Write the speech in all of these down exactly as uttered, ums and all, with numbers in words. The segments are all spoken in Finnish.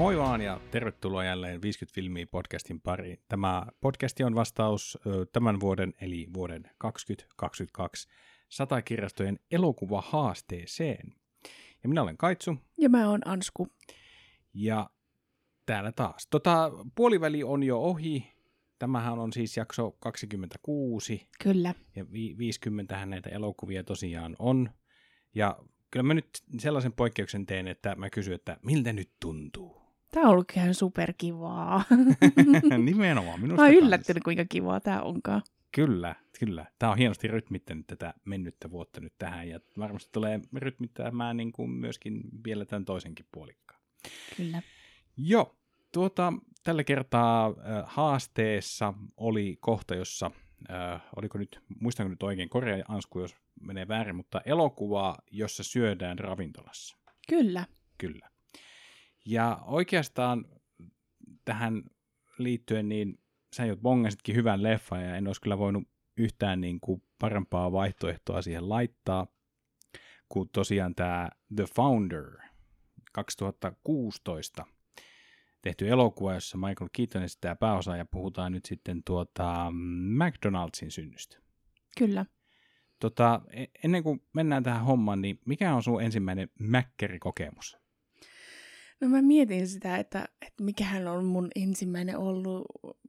Moi vaan ja tervetuloa jälleen viisikymmentä filmiä podcastin pariin. Tämä podcasti on vastaus ö, tämän vuoden eli vuoden kaksituhattakaksikymmentäkaksi satakirjastojen elokuvahaasteeseen. Ja minä olen Kaitsu. Ja mä oon Ansku. Ja täällä taas. Tota, puoliväli on jo ohi. Tämähän on siis jakso kaksikymmentäkuusi. Kyllä. Ja vi- viisikymmentä näitä elokuvia tosiaan on. Ja kyllä mä nyt sellaisen poikkeuksen teen, että mä kysyn, että miltä nyt tuntuu? Tää on ollut ihan superkivaa. Nimenomaan, minusta Mä oon kans. yllättynyt, kuinka kivaa tää onkaan. Kyllä, kyllä. Tää on hienosti rytmittänyt tätä mennyttä vuotta nyt tähän, ja varmasti tulee rytmittämään niin kuin myöskin vielä tämän toisenkin puolikkaan. Kyllä. Joo, tuota, tällä kertaa äh, haasteessa oli kohta, jossa, äh, oliko nyt, muistanko nyt oikein, korjaa Ansku, jos menee väärin, mutta elokuvaa, jossa syödään ravintolassa. Kyllä. Kyllä. Ja oikeastaan tähän liittyen, niin sä jo bongasitkin hyvän leffan, ja en olisi kyllä voinut yhtään niin kuin parempaa vaihtoehtoa siihen laittaa, kuin tosiaan tämä The Founder kaksituhattakuusitoista tehty elokuva, jossa Michael Keaton esittää pääosaa, ja puhutaan nyt sitten tuota McDonald'sin synnystä. Kyllä. Tota, ennen kuin mennään tähän hommaan, niin mikä on sun ensimmäinen mäkkärikokemus? No mä mietin sitä, että, että mikähän on mun ensimmäinen ollut.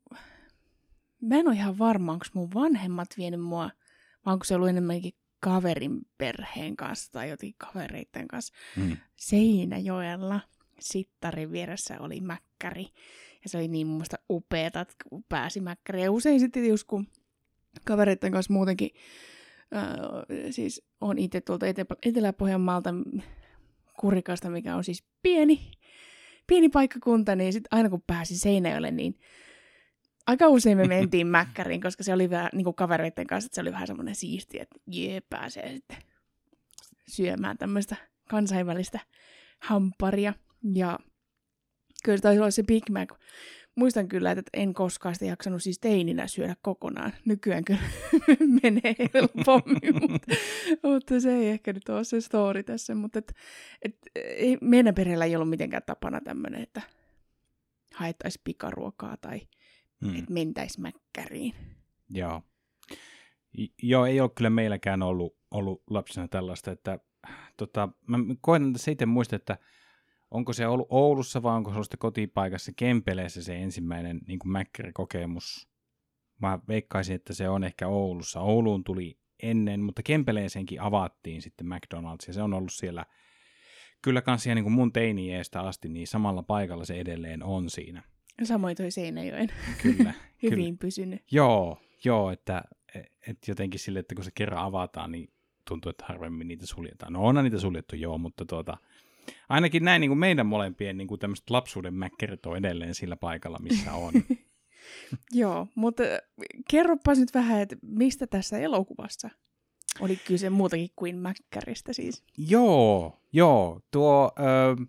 Mä en ole ihan varma, onko mun vanhemmat vienyt mua, vai onko se ollut enemmänkin kaverin perheen kanssa tai jotenkin kavereiden kanssa. Mm. Seinäjoella sittarin vieressä oli mäkkäri. Ja se oli niin mun mielestä upeeta, että pääsi mäkkäriin. Ja usein sitten just kun kavereiden kanssa muutenkin, äh, siis on itse tuolta Etelä- Etelä-Pohjanmaalta Kurikasta, mikä on siis pieni, pieni paikkakunta, niin sitten aina kun pääsi Seinäjoelle, niin aika usein me mentiin mäkkäriin, koska se oli vähän niin kuin kavereiden kanssa, että se oli vähän semmoinen siistiä, että jee, pääsee sitten syömään tämmöistä kansainvälistä hamparia. Ja kyllä se taisi olla se Big Mac. Muistan kyllä, että en koskaan sitä jaksanut siis teininä syödä kokonaan. Nykyään kyllä menee helpommin, mutta, mutta se ei ehkä nyt ole se story tässä. Mutta et, et, ei, meidän perheellä ei ollut mitenkään tapana tämmöinen, että haettaisiin pikaruokaa tai Mm. että mentäisiin mäkkäriin. Joo. I- Joo, ei ole kyllä meilläkään ollut, ollut lapsena tällaista, että tota, mä koen tässä itse muistaa, että onko se ollut Oulussa vai onko se ollut sitten kotipaikassa Kempeleessä se ensimmäinen niin kuin mäkkärikokemus. Mä veikkaisin, että se on ehkä Oulussa. Ouluun tuli ennen, mutta Kempeleeseenkin avattiin sitten McDonald's ja se on ollut siellä kyllä kans ihan niin kuin mun teini-iästä asti, niin samalla paikalla se edelleen on siinä. Samoin toi Seinäjoen. Kyllä. Hyvin kyllä. pysynyt. Joo, joo, että et jotenkin sille, että kun se kerran avataan, niin tuntuu, että harvemmin niitä suljetaan. No onhan niitä suljettu, joo, mutta tuota, ainakin näin niin kuin meidän molempien niin kuin tämmöiset lapsuuden mäkkärit on edelleen sillä paikalla, missä on. Joo, mutta kerropas nyt vähän, että mistä tässä elokuvassa oli kyse muutakin kuin mäkkäristä siis. Joo, joo, tuo, ö,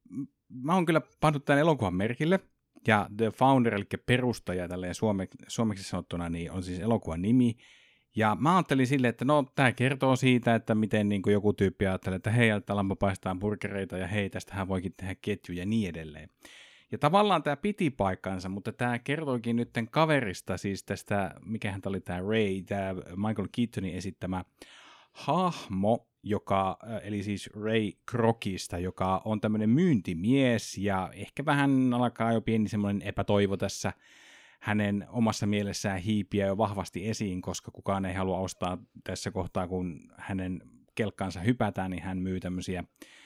mä oon kyllä pannut tämän elokuvan merkille, ja The Founder, eli perustaja tälleen suome, suomeksi sanottuna, niin on siis elokuvan nimi. Ja mä ajattelin silleen, että no, tää kertoo siitä, että miten niin kuin joku tyyppi ajattelee, että hei, alaanpa paistaa burgereita, ja hei, tästähän voikin tehdä ketju ja niin edelleen. Ja tavallaan tämä piti paikkansa, mutta tämä kertoikin nyt kaverista, siis tästä, mikähän tämä oli tämä Ray, tämä Michael Keatonin esittämä hahmo, joka, eli siis Ray Krocista, joka on tämmöinen myyntimies, ja ehkä vähän alkaa jo pieni semmoinen epätoivo tässä hänen omassa mielessään hiipiä jo vahvasti esiin, koska kukaan ei halua ostaa tässä kohtaa, kun hänen kelkkaansa hypätään, niin hän myy tämmöisiä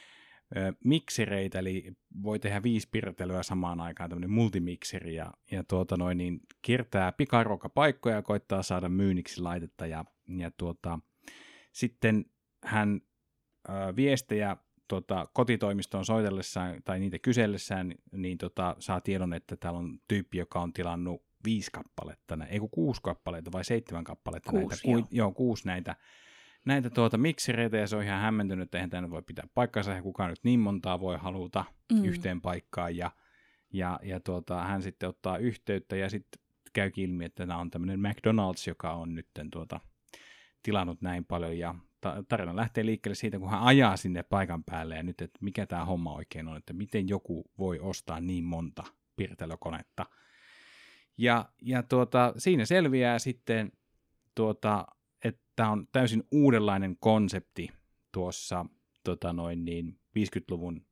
ö, miksereitä, eli voi tehdä viisi piirtelyä samaan aikaan, tämmöinen multimikseri, ja, ja tuota noin, niin kiertää pikaruokapaikkoja ja koittaa saada myynniksi laitetta, ja, ja tuota, sitten hän ö, viestejä tuota, kotitoimistoon soitellessaan tai niitä kysellessään, niin tota, saa tiedon, että täällä on tyyppi, joka on tilannut viisi kappaletta, ei kun kuusi kappaletta vai seitsemän kappaletta. Kuusi, näitä, joo. Ku, joo, kuusi näitä, näitä tuota, miksereitä, ja se on ihan hämmentynyt, että eihän tämä voi pitää paikkansa, ja kukaan nyt niin montaa voi haluta mm. yhteen paikkaan, ja, ja, ja tuota, hän sitten ottaa yhteyttä, ja sitten käy ilmi, että tämä on tämmöinen McDonald's, joka on nyt tuota, tilannut näin paljon, ja tarina lähtee liikkeelle siitä, kun hän ajaa sinne paikan päälle ja nyt, että mikä tämä homma oikein on, että miten joku voi ostaa niin monta piirtelykonetta. Ja, ja tuota, siinä selviää sitten, tuota, että on täysin uudenlainen konsepti tuossa tota noin niin, viisikymmentäluvun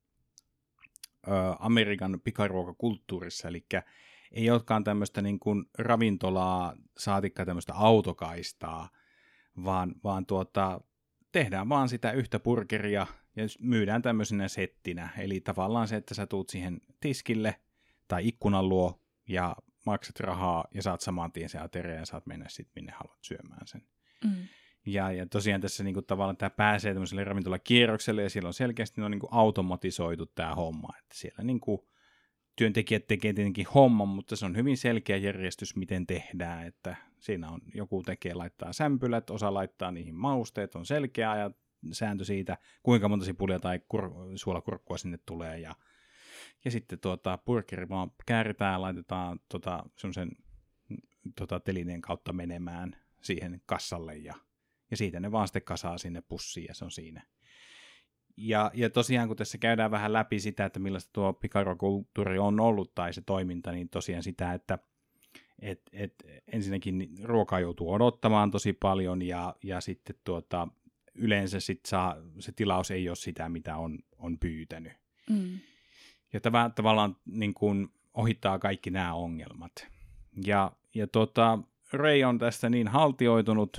ö, Amerikan pikaruokakulttuurissa, eli ei olekaan tämmöistä niin kuin ravintolaa, saatikka tämmöistä autokaistaa, vaan, vaan tuota, tehdään vaan sitä yhtä burgeria ja myydään tämmöisenä settinä. Eli tavallaan se, että sä tuut siihen tiskille tai ikkunan luo ja maksat rahaa ja saat saman tien se ateria ja saat mennä sitten minne haluat syömään sen. Mm. Ja, ja tosiaan tässä niinku tavallaan tämä pääsee tämmöiselle ravintolakierrokselle ja siellä on selkeästi on niinku automatisoitu tämä homma. Että siellä niinku työntekijät tekee tietenkin homman, mutta se on hyvin selkeä järjestys, miten tehdään. Että siinä on joku tekee, laittaa sämpylät, osa laittaa niihin mausteet, on selkeä ja sääntö siitä, kuinka monta sipulia tai kur- suolakurkkua sinne tulee. Ja, ja sitten tuota, burgeri vaan kääritään, laitetaan tota, semmoisen tota, telineen kautta menemään siihen kassalle ja, ja siitä ne vaan sitten kasaa sinne pussiin ja se on siinä. Ja, ja tosiaan kun tässä käydään vähän läpi sitä, että millaista tuo pikaruokakulttuuri on ollut tai se toiminta, niin tosiaan sitä, että et, et, ensinnäkin ruokaa joutuu odottamaan tosi paljon ja, ja sitten tuota, yleensä sit saa, se tilaus ei ole sitä, mitä on, on pyytänyt. Mm. Ja tämä tavallaan niin kuin ohittaa kaikki nämä ongelmat. Ja, ja tota, Ray on tästä niin haltioitunut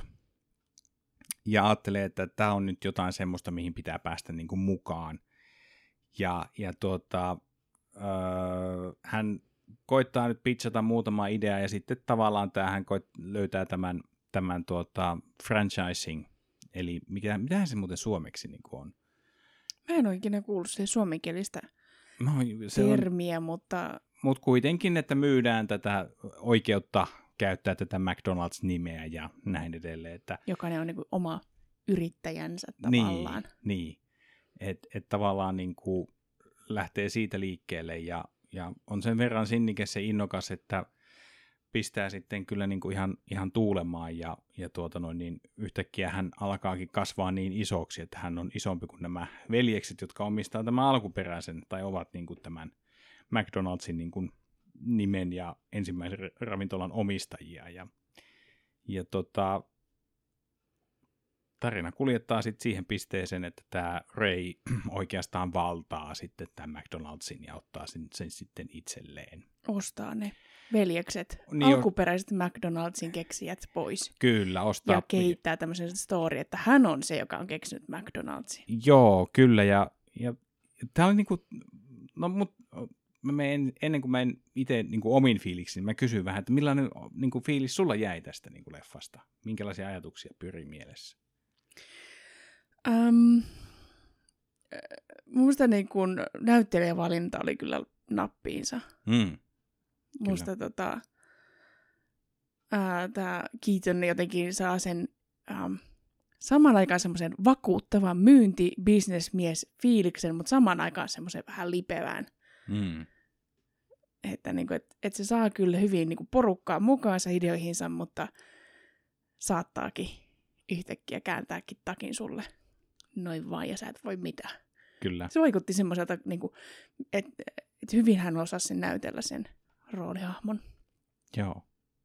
ja ajattelee, että tämä on nyt jotain semmoista, mihin pitää päästä niin kuin mukaan. Ja, ja tuota, öö, hän koittaa nyt pitchata muutama idea ja sitten tavallaan tämä, hän koit, löytää tämän, tämän tuota, franchising. Eli mikä, mitähän se muuten suomeksi niin kuin on? Mä en ole ikinä kuullut sen suomenkielistä no, se termiä, on, mutta... Mutta kuitenkin, että myydään tätä oikeutta käyttää tätä McDonald's-nimeä ja näin edelleen. Että jokainen on niin kuin oma yrittäjänsä tavallaan. Niin, niin. että et tavallaan niin kuin lähtee siitä liikkeelle ja, ja on sen verran sinnikäs ja innokas, että pistää sitten kyllä niin kuin ihan, ihan tuulemaan ja, ja tuota noin, niin yhtäkkiä hän alkaakin kasvaa niin isoksi, että hän on isompi kuin nämä veljekset, jotka omistaa tämän alkuperäisen tai ovat niin kuin tämän McDonald'sin niin kuin nimen ja ensimmäisen ravintolan omistajia. Ja, ja tota, tarina kuljettaa sitten siihen pisteeseen, että tämä Ray oikeastaan valtaa sitten tämän McDonald'sin ja ottaa sen, sen sitten itselleen. Ostaa ne veljekset, niin alkuperäiset jo McDonald'sin keksijät pois. Kyllä, ostaa. Ja kehittää tämmöisen story, että hän on se, joka on keksinyt McDonald'sin. Joo, kyllä. Ja, ja tämä oli niinku, no mut mä menen, ennen kuin mä en itse niinku omin fiiliksi, niin mä kysyn vähän, että millainen niinku fiilis sulla jäi tästä niinku leffasta? Minkälaisia ajatuksia pyörii mielessä? Um, musta niin kun näyttelijävalinta oli kyllä nappiinsa. Mm, musta tota, tämä Keaton jotenkin saa sen um, saman aikaan semmoisen vakuuttavan myynti-bisnesmies fiiliksen, mutta saman aikaan semmoisen vähän lipevään. Mm. Että niinku, et, et se saa kyllä hyvin niinku porukkaa mukaansa ideoihinsa, mutta saattaakin yhtäkkiä kääntääkin takin sulle noin vaan ja sä et voi mitään. Kyllä. Se vaikutti semmoiselta, niinku, että et hyvin hän osasi sen näytellä sen roolihahmon. Joo.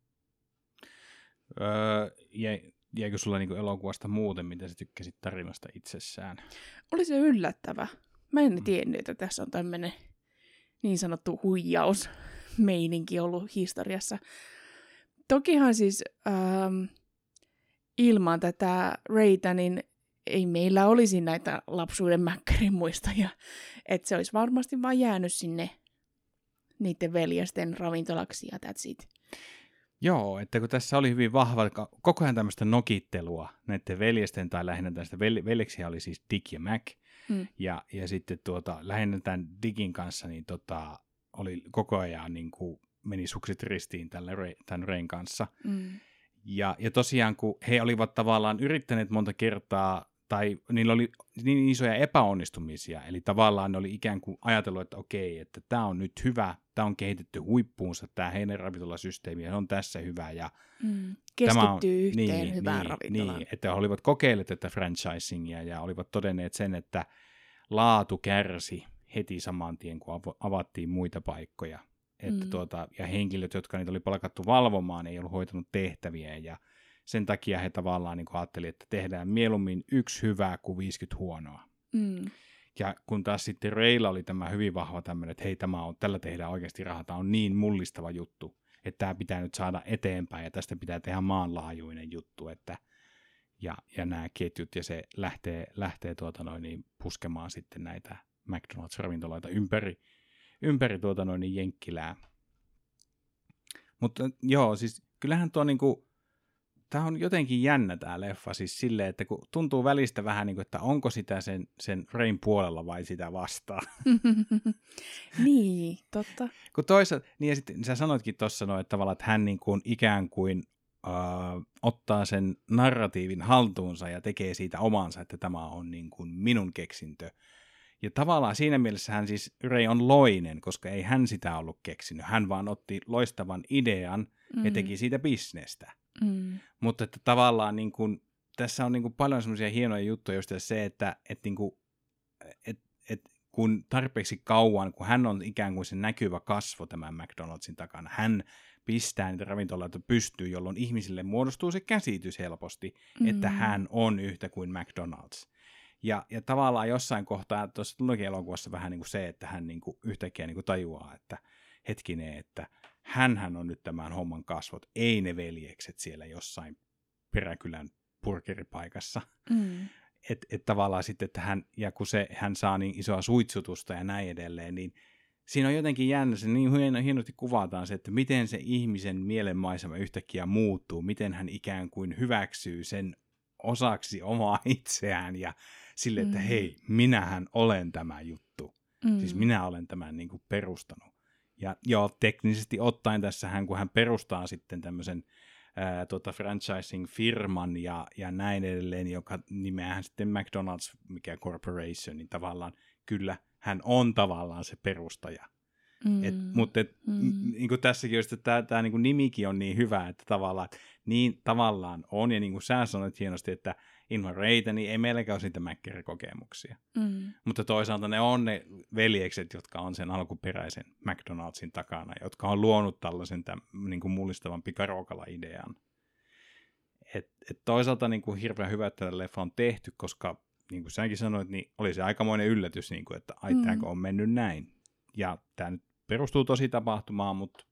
Öö, jäi, jäikö sulla niinku elokuvasta muuten, mitä sä tykkäsit tarinasta itsessään? Oli se yllättävä. Mä en mm. tiennyt, että tässä on tämmöinen niin sanottu huijausmeininki ollut historiassa. Tokihan siis ähm, ilman tätä Raytä, niin ei meillä olisi näitä lapsuuden mäkkärin muistoja. Että se olisi varmasti vaan jäänyt sinne niiden veljesten ravintolaksi ja that's it. Joo, että kun tässä oli hyvin vahva, koko ajan tämmöistä nokittelua näiden veljesten, tai lähinnä tästä vel- veljeksiä oli siis Dick ja Mac, mm. ja, ja sitten tuota, lähinnä tämän Dickin kanssa niin tota, oli koko ajan niin kuin meni sukset ristiin tälle Ray, tämän Rayn kanssa. Mm. Ja, ja tosiaan, kun he olivat tavallaan yrittäneet monta kertaa tai niillä oli niin isoja epäonnistumisia, eli tavallaan ne oli ikään kuin ajatellut, että okei, että tämä on nyt hyvä, tämä on kehitetty huippuunsa, tämä heidän ravintolasysteemi, ja se on tässä hyvä, ja mm. keskittyy on, yhteen niin, hyvään niin, ravintolaan. Niin, että olivat kokeilleet tätä franchisingia, ja olivat todenneet sen, että laatu kärsi heti saman tien, kun avattiin muita paikkoja, että mm. tuota, ja henkilöt, jotka niitä oli palkattu valvomaan, ei ollut hoitanut tehtäviä, ja sen takia he tavallaan niin ajattelivat, että tehdään mieluummin yksi hyvää kuin viisikymmentä huonoa. Mm. Ja kun taas sitten Raylla oli tämä hyvin vahva tämmöinen, että hei, tämä on, tällä tehdään oikeasti rahaa, tämä on niin mullistava juttu, että tämä pitää nyt saada eteenpäin ja tästä pitää tehdä maanlaajuinen juttu, että ja, ja nämä ketjut, ja se lähtee, lähtee tuota noin, niin puskemaan sitten näitä McDonald's-ravintoloita ympäri, ympäri tuota noin, niin Jenkkilää. Mutta joo, siis kyllähän tuo niinku, tämä on jotenkin jännä tämä leffa, siis silleen, että kun tuntuu välistä vähän niin kuin, että onko sitä sen, sen Rain puolella vai sitä vastaan. Niin, totta. Kun toisaalta, niin ja sitten sä sanoitkin tuossa noin, että tavallaan, että hän niin kuin ikään kuin äh, ottaa sen narratiivin haltuunsa ja tekee siitä omansa, että tämä on niin kuin minun keksintö. Ja tavallaan siinä mielessä hän siis, Ray on loinen, koska ei hän sitä ollut keksinyt. Hän vaan otti loistavan idean mm. ja teki siitä bisnestä. Mm. Mutta että tavallaan niin kuin, tässä on niin kuin paljon semmoisia hienoja juttuja, just se, että et niin kuin, et, et kun tarpeeksi kauan, kun hän on ikään kuin se näkyvä kasvo tämän McDonald'sin takana, hän pistää niitä ravintoloita pystyyn, jolloin ihmisille muodostuu se käsitys helposti, mm. että hän on yhtä kuin McDonald's. Ja, ja tavallaan jossain kohtaa, tuossa tulikin elokuvassa vähän niin kuin se, että hän niin kuin yhtäkkiä niin kuin tajuaa, että hetkinen, että hänhän on nyt tämän homman kasvot, ei ne veljekset siellä jossain peräkylän burgeripaikassa. Mm. Että et tavallaan sitten, että hän, ja kun se, hän saa niin isoa suitsutusta ja näin edelleen, niin siinä on jotenkin jännä, se niin hienosti kuvataan se, että miten se ihmisen mielenmaisema yhtäkkiä muuttuu, miten hän ikään kuin hyväksyy sen osaksi omaa itseään ja sille, että mm. hei, minähän olen tämä juttu. Mm. Siis minä olen tämän niin kuin perustanut. Ja joo, teknisesti ottaen tässähän, kun hän perustaa sitten tämmöisen ää, tota franchising-firman ja, ja näin edelleen, joka nimeähän sitten McDonald's, mikä corporation, niin tavallaan kyllä hän on tavallaan se perustaja. Mm. Et, mutta et, mm. niin kuin tässäkin just, että tämä niin nimikin on niin hyvä, että tavallaan niin tavallaan on, ja niin kuin sä sanoit hienosti, että ilman Raytä niin ei meilläkään ole niitä Mäkkäri-kokemuksia. Mm. Mutta toisaalta ne on ne veljekset, jotka on sen alkuperäisen McDonald'sin takana, jotka on luonut tällaisen tämän, niin kuin mullistavan pikaruokala-idean. Et, et toisaalta niin kuin hirveän hyvä, että tämä leffa on tehty, koska niin kuin säkin sanoit, niin oli se aikamoinen yllätys, niin kuin, että ai, mm. tääkö on mennyt näin. Ja tämä nyt perustuu tosi tapahtumaan, mutta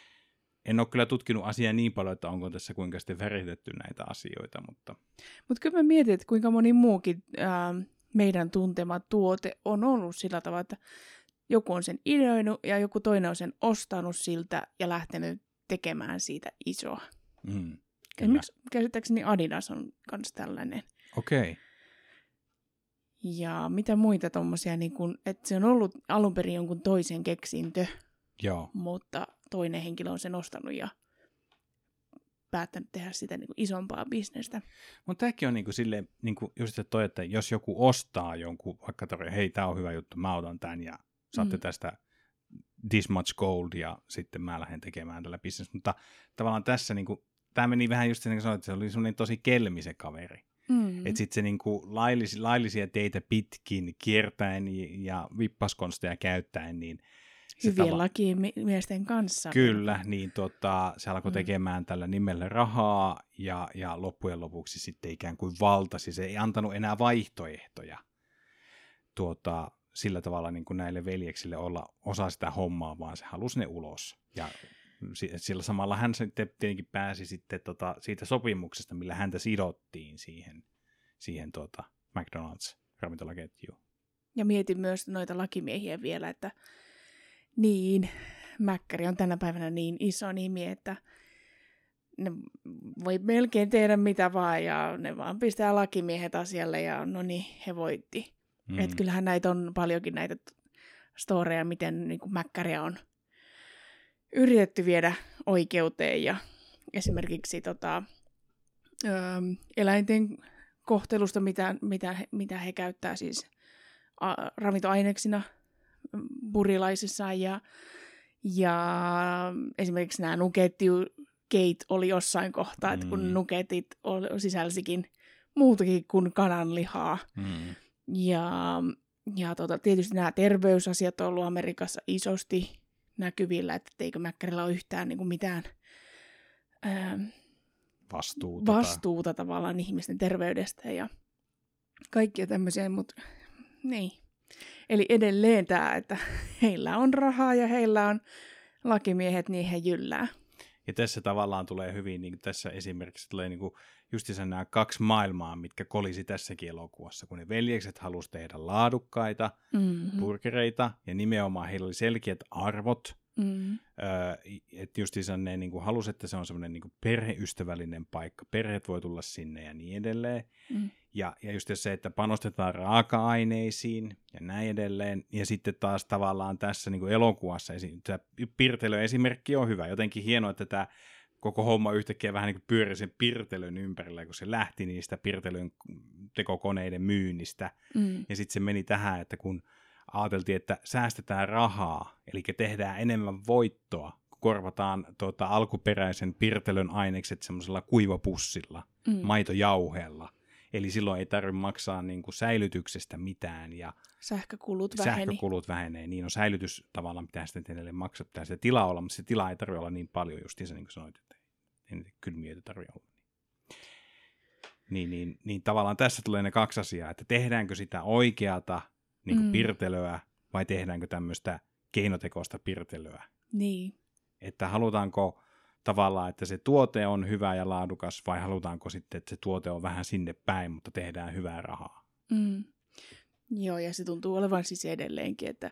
en ole kyllä tutkinut asiaa niin paljon, että onko tässä kuinka sitten väritetty näitä asioita. Mutta Mut kyllä mä mietin, että kuinka moni muukin ää, meidän tuntema tuote on ollut sillä tavalla, että joku on sen ideoinut ja joku toinen on sen ostanut siltä ja lähtenyt tekemään siitä isoa. Mm, Esimerkiksi käsittääkseni Adidas on myös tällainen. Okei. Okay. Ja mitä muita tommosia, niin kun, että se on ollut alun perin jonkun toisen keksintö, Joo. mutta toinen henkilö on sen ostanut ja päättänyt tehdä sitä niin kuin isompaa bisnestä. Mutta tämäkin on niin kuin silleen, niin kuin just se toi, että jos joku ostaa jonkun, vaikka tarvitsee, hei, tämä on hyvä juttu, mä otan tämän ja saatte mm. tästä this much gold ja sitten mä lähden tekemään tällä bisnes. Mutta tavallaan tässä, niin kuin, tämä meni vähän just sen, niin kuin sanoit, että se oli semmoinen tosi kelmi se kaveri. Mm. Että sitten se niinku laillis, laillisia teitä pitkin kiertäen ja vippaskonsteja käyttäen, niin hyvien tava- lakimiesten kanssa. Kyllä, niin tota, se alkoi tekemään mm. tällä nimellä rahaa ja, ja loppujen lopuksi sitten ikään kuin valtasi. Se ei antanut enää vaihtoehtoja tuota, sillä tavalla niin kuin näille veljeksille olla osa sitä hommaa, vaan se halusi ne ulos. Ja sillä samalla hän sitten tietenkin pääsi sitten tota, siitä sopimuksesta, millä häntä sidottiin siihen, siihen tuota McDonald's-ravintolaketjuun. Ja mietin myös noita lakimiehiä vielä, että niin, Mäkkäri on tänä päivänä niin iso nimi, että ne voi melkein tehdä mitä vaan ja ne vaan pistää lakimiehet asialle ja no niin, he voitti. Mm. Että kyllähän näitä on paljonkin näitä storeja, miten niin kuin Mäkkäriä on yritetty viedä oikeuteen ja esimerkiksi tota, ö, eläinten kohtelusta, mitä, mitä, he, mitä he käyttää siis a, ravintoaineksina purilaisissa. Ja, ja esimerkiksi nämä nuggettikeit oli jossain kohtaa, mm. että kun nuggetit sisälsikin muutakin kuin kananlihaa. Mm. Ja, ja tota, tietysti nämä terveysasiat on ollut Amerikassa isosti näkyvillä, että eikö Mäkkärillä ole yhtään niin kuin mitään ää, vastuuta, vastuuta tavallaan ihmisten terveydestä ja kaikkia tämmöisiä, mutta niin. Eli edelleen tämä, että heillä on rahaa ja heillä on lakimiehet, niin he jyllää. Ja tässä tavallaan tulee hyvin, niin kuin tässä esimerkiksi tulee niin kuin justiinsa nämä kaksi maailmaa, mitkä kolisi tässäkin elokuvassa, kun ne veljekset halusi tehdä laadukkaita mm-hmm. burgereita, ja nimenomaan heillä oli selkeät arvot, mm-hmm. öö, että justiinsa ne niin kuin halusi, että se on semmoinen niin kuin perheystävällinen paikka, perheet voi tulla sinne ja niin edelleen, mm-hmm. ja, ja just se, että panostetaan raaka-aineisiin ja näin edelleen, ja sitten taas tavallaan tässä niin kuin elokuvassa, tämä Pirtelön esimerkki on hyvä, jotenkin hienoa, että tämä koko homma yhtäkkiä vähän niin kuin pyöri sen Pirtelön ympärillä, kun se lähti niistä Pirtelön tekokoneiden myynnistä. Mm. Ja sitten se meni tähän, että kun ajateltiin, että säästetään rahaa, eli tehdään enemmän voittoa, kun korvataan tuota, alkuperäisen Pirtelön ainekset semmoisella kuivapussilla, mm. maitojauheella. Eli silloin ei tarvitse maksaa niin kuin säilytyksestä mitään. Ja sähkökulut väheni. Sähkökulut vähenee. Niin on säilytys tavallaan, pitää sitten edelleen maksaa, pitää sitä tilaa olla, mutta se tila ei tarvitse olla niin paljon justiinsa, niin kuin sanoit, että ei niitä kylmiöitä tarvitse olla. Niin, niin, niin tavallaan tässä tulee ne kaksi asiaa, että tehdäänkö sitä oikeata niin kuin mm. pirtelöä vai tehdäänkö tämmöistä keinotekoista pirtelöä. Niin. Että halutaanko tavallaan, että se tuote on hyvä ja laadukas, vai halutaanko sitten, että se tuote on vähän sinne päin, mutta tehdään hyvää rahaa. Mm. Joo, ja se tuntuu olevan siis edelleenkin, että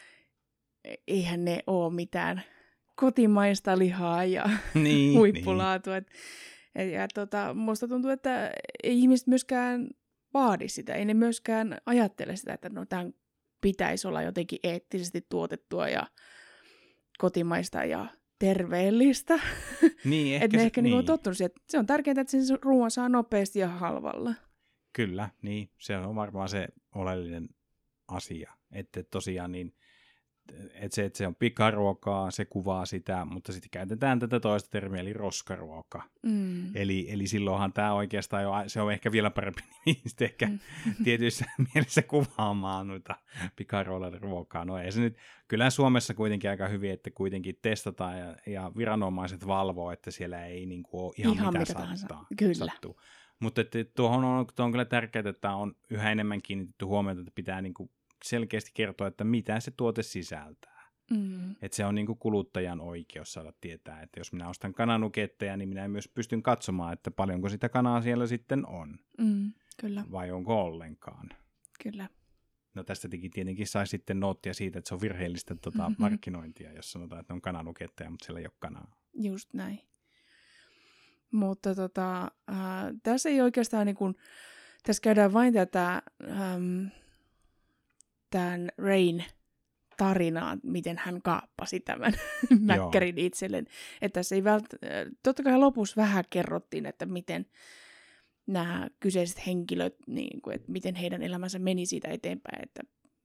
eihän ne ole mitään kotimaista lihaa ja niin, huippulaatua. Niin. Et, ja tota, musta tuntuu, että ei ihmiset myöskään vaadi sitä, ei ne myöskään ajattele sitä, että no tämän pitäisi olla jotenkin eettisesti tuotettua ja kotimaista ja terveellistä. Niin, ehkä että ne se, ehkä niin. niin tottunut siihen, että se on tärkeää, että sen ruoan saa nopeasti ja halvalla. Kyllä, niin. Se on varmaan se oleellinen asia. Että tosiaan niin, että se, että se on pikaruokaa, se kuvaa sitä, mutta sitten käytetään tätä toista termiä, eli roskaruoka. Mm. Eli, eli silloinhan tämä oikeastaan jo, se on ehkä vielä parempi nimi, sitten ehkä mm. tietyissä mielessä kuvaamaan noita pikaruokaa. No ei se nyt, kyllä Suomessa kuitenkin aika hyvin, että kuitenkin testataan ja, ja viranomaiset valvoo, että siellä ei niin kuin ole ihan, ihan mitä sattaa. Sattuu. Mutta tuohon on, tuo on kyllä tärkeää, että on yhä enemmän kiinnitetty huomiota, että pitää niin kuin selkeästi kertoa, että mitä se tuote sisältää. Mm. Että se on niin kuin kuluttajan oikeus saada tietää, että jos minä ostan kananuketteja, niin minä myös pystyn katsomaan, että paljonko sitä kanaa siellä sitten on. Mm, kyllä. Vai onko ollenkaan. Kyllä. No tästä tietenkin sai sitten noottia siitä, että se on virheellistä tota, mm-hmm. markkinointia, jos sanotaan, että ne on kananuketteja, mutta siellä ei ole kanaa. Just näin. Mutta tota, äh, tässä ei oikeastaan niin kuin, tässä käydään vain tätä ähm, tämän Rain tarinaa, miten hän kaappasi tämän Mäkkärin itselleen. Että tässä ei vält- totta kai lopussa vähän kerrottiin, että miten nämä kyseiset henkilöt, niin kuin, että miten heidän elämänsä meni siitä eteenpäin, että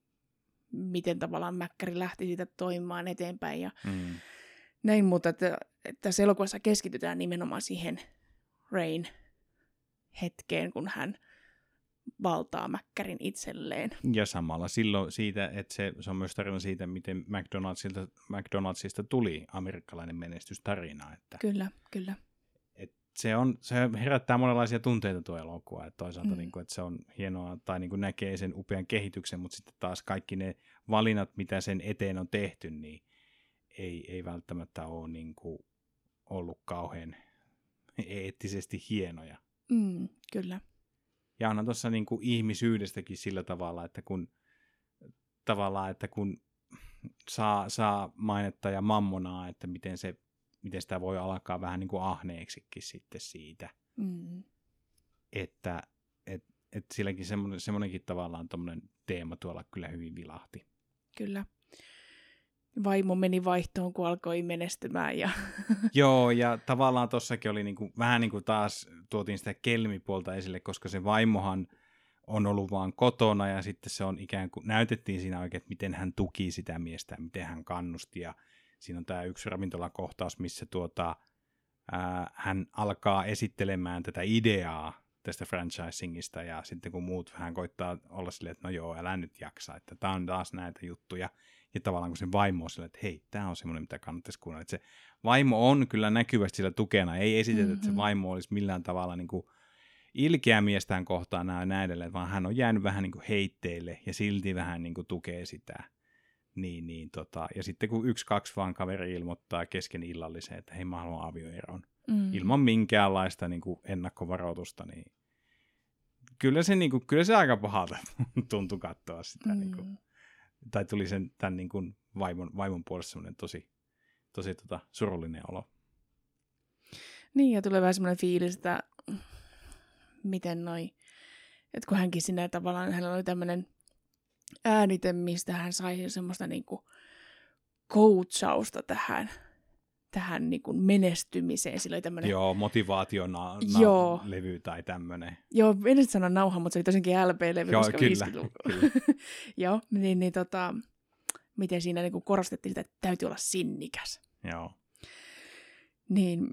miten tavallaan Mäkkäri lähti siitä toimimaan eteenpäin ja mm. näin, mutta että, että tässä elokuvassa keskitytään nimenomaan siihen Rain hetkeen, kun hän valtaa Mäkkärin itselleen. Ja samalla silloin siitä, että se, se on myös tarina siitä, miten McDonald'sista, McDonald'sista tuli amerikkalainen menestystarina. Että, kyllä, kyllä. Et se, on, se herättää monenlaisia tunteita tuo elokuva. Että toisaalta mm. niin kuin, että se on hienoa tai niin kuin näkee sen upean kehityksen, mutta sitten taas kaikki ne valinnat, mitä sen eteen on tehty, niin ei, ei välttämättä ole niin kuin ollut kauhean eettisesti hienoja. Mm, kyllä. Ja onhan tuossa niin kuin ihmisyydestäkin sillä tavalla, että kun, tavallaan, että kun saa, saa mainetta ja mammonaa, että miten, se, miten sitä voi alkaa vähän niin kuin ahneeksikin sitten siitä. Mm. Että et, et silläkin semmoinen, semmoinenkin tavallaan tommoinen teema tuolla kyllä hyvin vilahti. Kyllä. vaimo meni vaihtoon, kun alkoi menestymään. Ja Joo, ja tavallaan tossakin oli niinku, vähän niin kuin taas tuotiin sitä kelmipuolta esille, koska se vaimohan on ollut vaan kotona, ja sitten se on ikään kuin, näytettiin siinä oikein, että miten hän tuki sitä miestä, miten hän kannusti, ja siinä on tämä yksi ravintolakohtaus, missä tuota, ää, hän alkaa esittelemään tätä ideaa tästä franchisingista, ja sitten kun muut vähän koittaa olla silleen, että no joo, älä nyt jaksa, että tämä on taas näitä juttuja, ja tavallaan kun se vaimo on silleen, että hei, tämä on semmoinen, mitä kannattaisi kuunnella, että se vaimo on kyllä näkyvästi sillä tukena, ei esitetä, mm-hmm. että se vaimo olisi millään tavalla niin kuin ilkeä miestään kohtaan nämä näin edelleen, vaan hän on jäänyt vähän niin kuin heitteille, ja silti vähän niin kuin tukee sitä. Niin, niin, tota. Ja sitten kun yksi, kaksi vaan kaveri ilmoittaa kesken illalliseen, että hei, mä haluan avioeron, mm. ilman minkäänlaista niin kuin ennakkovaroitusta, niin kyllä se, niin kuin, kyllä se aika pahalta tuntui katsoa sitä. Mm. Niin kuin, tai tuli sen tämän niin kuin vaimon, vaimon puolesta semmoinen tosi, tosi tota, surullinen olo. Niin, ja tulee vähän semmoinen fiilis, että miten noi, että kun hänkin sinä tavallaan, hänellä oli tämmöinen äänite, mistä hän sai semmoista niinku coachausta tähän, tähän niinku menestymiseen. Sillä oli tämmönen... Joo, motivaationa na- Joo. levy tai tämmöinen. Joo, en nyt sano nauha, mutta se oli tosinkin L P-levy, Joo, koska kyllä, viisikymmentäluvulla. Joo, niin, niin tota, miten siinä niinku korostettiin sitä, että täytyy olla sinnikäs. Joo. Niin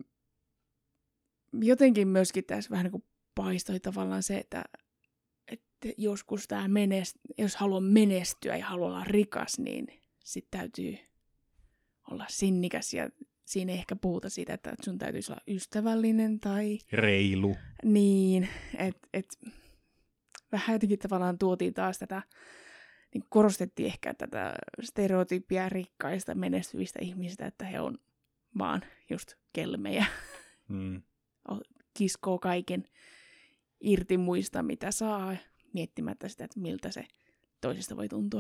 jotenkin myöskin tässä vähän niin kuin paistoi tavallaan se, että, että joskus tämä menest, jos haluaa menestyä ja haluaa olla rikas, niin sitten täytyy olla sinnikäs ja siinä ei ehkä puhuta siitä, että sun täytyisi olla ystävällinen tai... reilu. Niin, että et, vähän jotenkin tavallaan tuotiin taas tätä, niin korostettiin ehkä tätä stereotypia rikkaista menestyvistä ihmisistä, että he on vaan just kelmejä. Mm. Kiskoo kaiken irti muista, mitä saa, miettimättä sitä, että miltä se toisesta voi tuntua.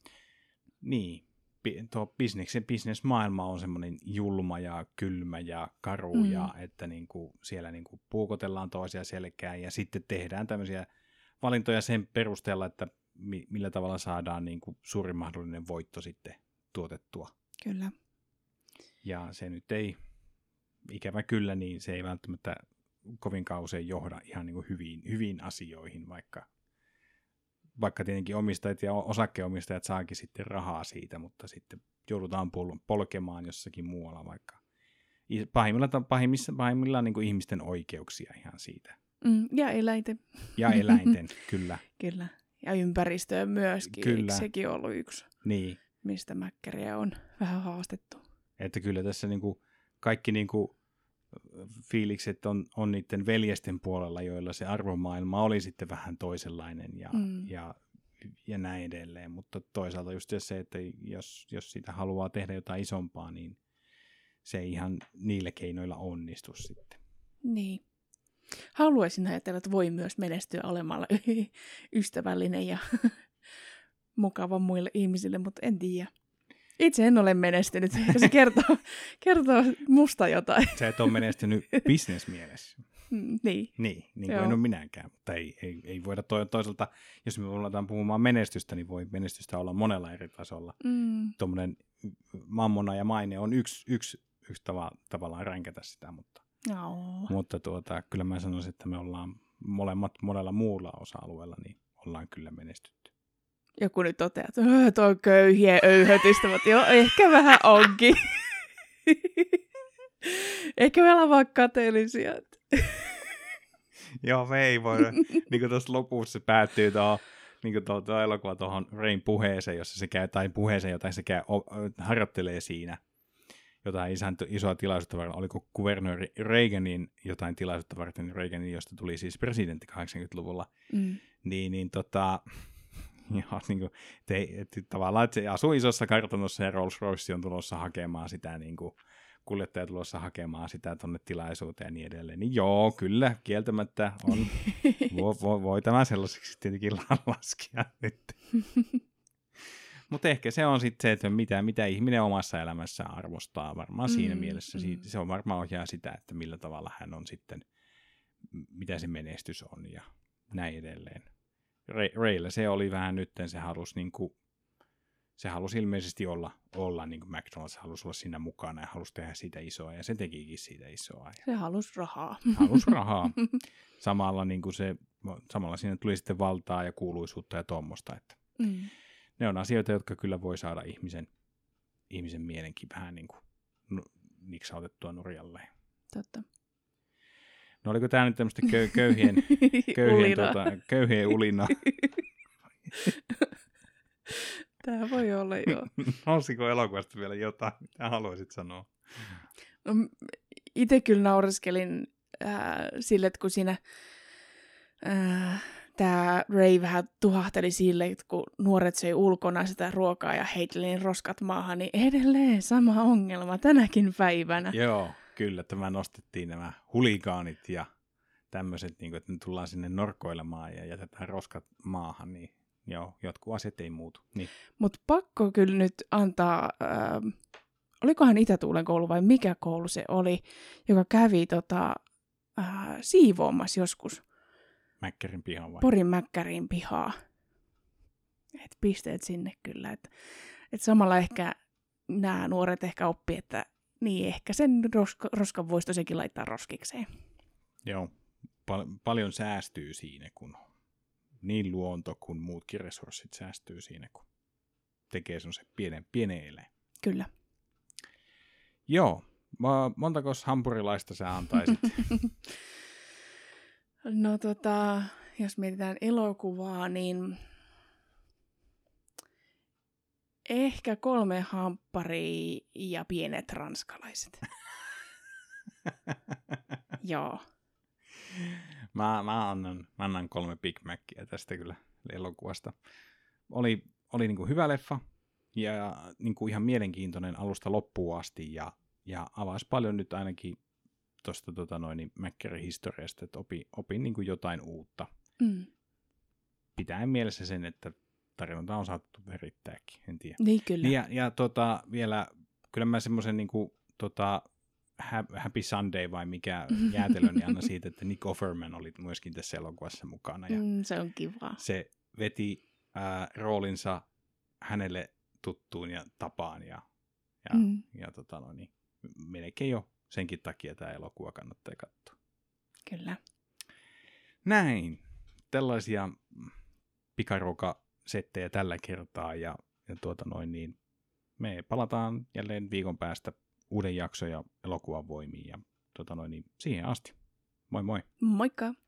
Niin, tuo bisneksen bisnesmaailma on semmoinen julma ja kylmä ja karu, mm. ja että niinku siellä niinku puukotellaan toisia selkään, ja sitten tehdään tämmöisiä valintoja sen perusteella, että mi- millä tavalla saadaan niinku suurin mahdollinen voitto sitten tuotettua. Kyllä. Ja se nyt ei, ikävä kyllä, niin se ei välttämättä kovin usein johda ihan niin kuin hyviin, hyviin asioihin, vaikka, vaikka tietenkin omistajat ja osakkeenomistajat saakin sitten rahaa siitä, mutta sitten joudutaan pol- polkemaan jossakin muualla, vaikka pahimmillaan, pahimmissa, pahimmillaan niin kuin ihmisten oikeuksia ihan siitä. Mm, ja eläinten. Ja eläinten, kyllä. Kyllä. Ja ympäristöön myöskin, kyllä. Eikö sekin ollut yksi, niin. Mistä mäkkäriä on vähän haastettu. Että kyllä tässä niin kuin kaikki niin kuin fiilikset on, on niiden veljesten puolella, joilla se arvomaailma oli sitten vähän toisenlainen ja, mm. ja, ja näin edelleen. Mutta toisaalta just se, että jos, jos sitä haluaa tehdä jotain isompaa, niin se ei ihan niillä keinoilla onnistu sitten. Niin. Haluaisin ajatella, että voi myös menestyä olemalla ystävällinen ja mukava muille ihmisille, mutta en tiedä. Itse en ole menestynyt, ja se kertoo, kertoo musta jotain. Sä et ole menestynyt bisnesmielessä. Mm, niin. Niin, niin kuin en ole minäkään. Mutta ei, ei, ei voida to- toisaalta, jos me aletaan puhumaan menestystä, niin voi menestystä olla monella eri tasolla. Mm. Tuommoinen mammona ja maine on yksi, yksi, yksi tava, tavallaan ränkätä sitä, mutta, oh. mutta tuota, kyllä mä sanoisin, että me ollaan molemmat monella muulla osa-alueella, niin ollaan kyllä menestytty. Joku nyt toteaa, että tuo on köyhiä öyhötystä, mutta joo, ehkä vähän onkin. Ehkä me ollaan vaan kateellisia. Joo, me ei voida. Niin kuin tuossa lopussa se päättyy tuo, niin kuin tuo, tuo elokuva tuohon Rain puheeseen, jossa se käy, tai puheeseen, jota se käy, o, harjoittelee siinä. Jotain isoa tilaisuutta varten. Oliko kuvernööri Reaganin jotain tilaisuutta varten, Reaganin, josta tuli siis presidentti kahdeksankymmentäluvulla. Mm. Niin, niin tota... Ja, niin kuin, te, et, tavallaan, että se asuu isossa kartanossa ja Rolls-Royce on tulossa hakemaan sitä, niin kuin, kuljettaja tulossa hakemaan sitä tuonne tilaisuuteen ja niin edelleen. Niin joo, kyllä, kieltämättä on, voi, voi, voi tämä sellaiseksi tietenkin laskea nyt. Mutta ehkä se on sitten se, että mitä, mitä ihminen omassa elämässä arvostaa varmaan mm, siinä mielessä. Mm. Se on varmaan ohjaa sitä, että millä tavalla hän on sitten, mitä se menestys on ja näin edelleen. Raylla se oli vähän nyt, se halusi niinku, se halusi ilmeisesti olla, olla niin kuin McDonald's halusi olla siinä mukana ja halusi tehdä siitä isoa, ja se tekikin siitä isoa. Ja se halusi rahaa. halusi rahaa. Samalla, niin kuin se, samalla siinä tuli sitten valtaa ja kuuluisuutta ja tuommoista, että Mm. ne on asioita, jotka kyllä voi saada ihmisen, ihmisen mielenkin vähän niin kuin niksautettua nurjalleen. Totta. No oliko tämä nyt tämmöistä köy, köyhien, köyhien, tuota, köyhien ulinaa? Tämä voi olla, joo. Nousiko elokuvasta vielä jotain, mitä haluaisit sanoa? No, itse kyllä naureskelin äh, sille, että kun siinä äh, tämä Ray vähän tuhahteli sille, että kun nuoret söi ulkona sitä ruokaa ja heitteli roskat maahan, niin edelleen sama ongelma tänäkin päivänä. Joo, kyllä. Tämä nostettiin nämä huligaanit ja tämmöiset, niin kuin, että ne tullaan sinne norkoilemaan ja jätetään roskat maahan, niin joo, jotkut asiat ei muutu. Niin. Mutta pakko kyllä nyt antaa, äh, olikohan Itä-Tuulen koulu vai mikä koulu se oli, joka kävi tota, äh, siivoamassa joskus. Mäkkärin pihaan vai? Porin Mäkkärin pihaa. Et pisteet sinne kyllä. Et, et samalla ehkä nämä nuoret ehkä oppii, että niin ehkä sen roska, roskan voisi tosiaankin laittaa roskikseen. Joo, pal- paljon säästyy siinä, kun niin luonto kuin muutkin resurssit säästyy siinä, kun tekee semmoisen pienen, pienen eleen. Kyllä. Joo, montakos hampurilaista sä antaisit? No tota, jos mietitään elokuvaa, niin ehkä kolme hampparia ja pienet ranskalaiset. Joo. Mä, mä, annan, mä annan kolme Big Mackia tästä kyllä elokuvasta. Oli, oli niin kuin hyvä leffa ja niin kuin ihan mielenkiintoinen alusta loppuun asti ja, ja avasi paljon nyt ainakin tuosta tota noin Mäkkärin historiasta, että opin, opin niin kuin jotain uutta. Mm. Pitäen mielessä sen, että tarinota on saattu verittääkin, en tiedä. Niin kyllä. Ja, ja tota, vielä, kyllä mä semmoisen niin kuin, tota, Happy Sunday vai mikä jäätelö, niin anna siitä, että Nick Offerman oli myöskin tässä elokuvassa mukana. Ja mm, se on kiva. se veti ää, roolinsa hänelle tuttuun ja tapaan ja, ja, Mm. ja tota, no niin, melkein jo senkin takia tämä elokuva kannattaa katsoa. Kyllä. Näin. Tällaisia pikaruokasettejä tällä kertaa ja, ja tuota noin niin, me palataan jälleen viikon päästä uuden jakson ja elokuvan voimiin ja tuota noin niin, siihen asti. Moi moi. Moikka!